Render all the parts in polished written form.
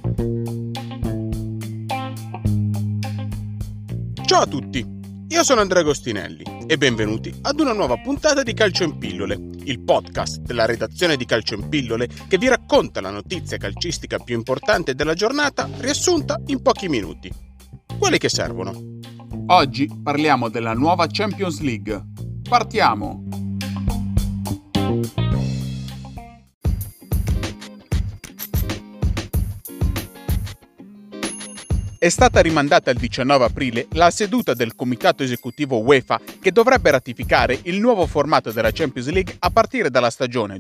Ciao a tutti, io sono Andrea Agostinelli e benvenuti ad una nuova puntata di Calcio in Pillole, il podcast della redazione di Calcio in Pillole che vi racconta la notizia calcistica più importante della giornata riassunta in pochi minuti. Quelli che servono. Oggi parliamo della nuova Champions League. Partiamo! È stata rimandata al 19 aprile la seduta del comitato esecutivo UEFA che dovrebbe ratificare il nuovo formato della Champions League a partire dalla stagione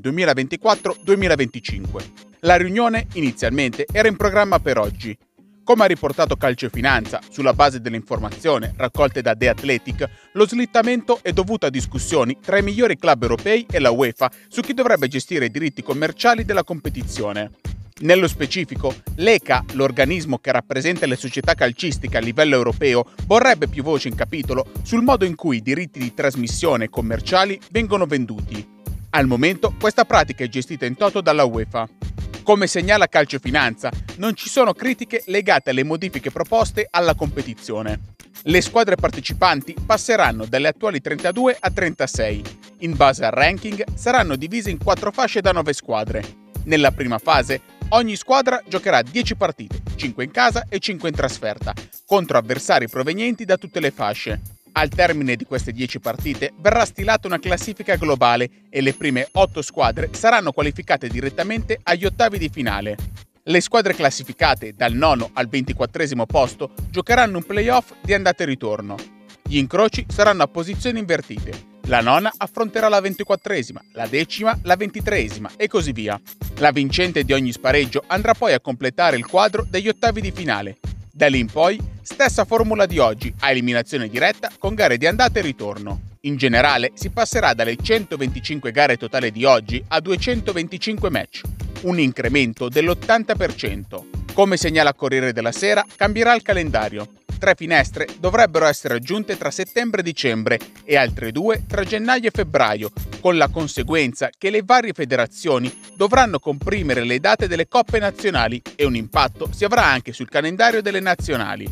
2024-2025. La riunione inizialmente era in programma per oggi. Come ha riportato Calcio Finanza, sulla base delle informazioni raccolte da The Athletic, lo slittamento è dovuto a discussioni tra i migliori club europei e la UEFA su chi dovrebbe gestire i diritti commerciali della competizione. Nello specifico, l'ECA, l'organismo che rappresenta le società calcistiche a livello europeo, vorrebbe più voce in capitolo sul modo in cui i diritti di trasmissione commerciali vengono venduti. Al momento, questa pratica è gestita in toto dalla UEFA. Come segnala Calcio Finanza, non ci sono critiche legate alle modifiche proposte alla competizione. Le squadre partecipanti passeranno dalle attuali 32 a 36. In base al ranking, saranno divise in 4 fasce da 9 squadre. Nella prima fase, ogni squadra giocherà 10 partite, 5 in casa e 5 in trasferta, contro avversari provenienti da tutte le fasce. Al termine di queste 10 partite verrà stilata una classifica globale e le prime 8 squadre saranno qualificate direttamente agli ottavi di finale. Le squadre classificate dal 9 al 24° posto giocheranno un play-off di andata e ritorno. Gli incroci saranno a posizioni invertite. La nona affronterà la 24°, la 10ª la 23° e così via. La vincente di ogni spareggio andrà poi a completare il quadro degli ottavi di finale. Da lì in poi, stessa formula di oggi, a eliminazione diretta con gare di andata e ritorno. In generale si passerà dalle 125 gare totali di oggi a 225 match, un incremento dell'80%. Come segnala Corriere della Sera, cambierà il calendario. 3 finestre dovrebbero essere aggiunte tra settembre e dicembre e altre 2 tra gennaio e febbraio, con la conseguenza che le varie federazioni dovranno comprimere le date delle coppe nazionali e un impatto si avrà anche sul calendario delle nazionali.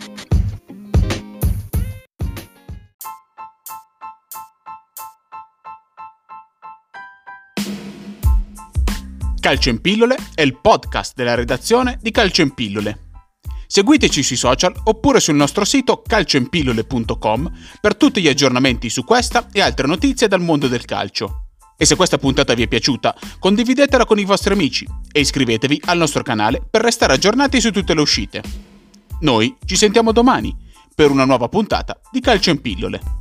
Calcio in Pillole è il podcast della redazione di Calcio in Pillole. Seguiteci sui social oppure sul nostro sito calcioinpillole.com per tutti gli aggiornamenti su questa e altre notizie dal mondo del calcio. E se questa puntata vi è piaciuta, condividetela con i vostri amici e iscrivetevi al nostro canale per restare aggiornati su tutte le uscite. Noi ci sentiamo domani per una nuova puntata di Calcio in Pillole.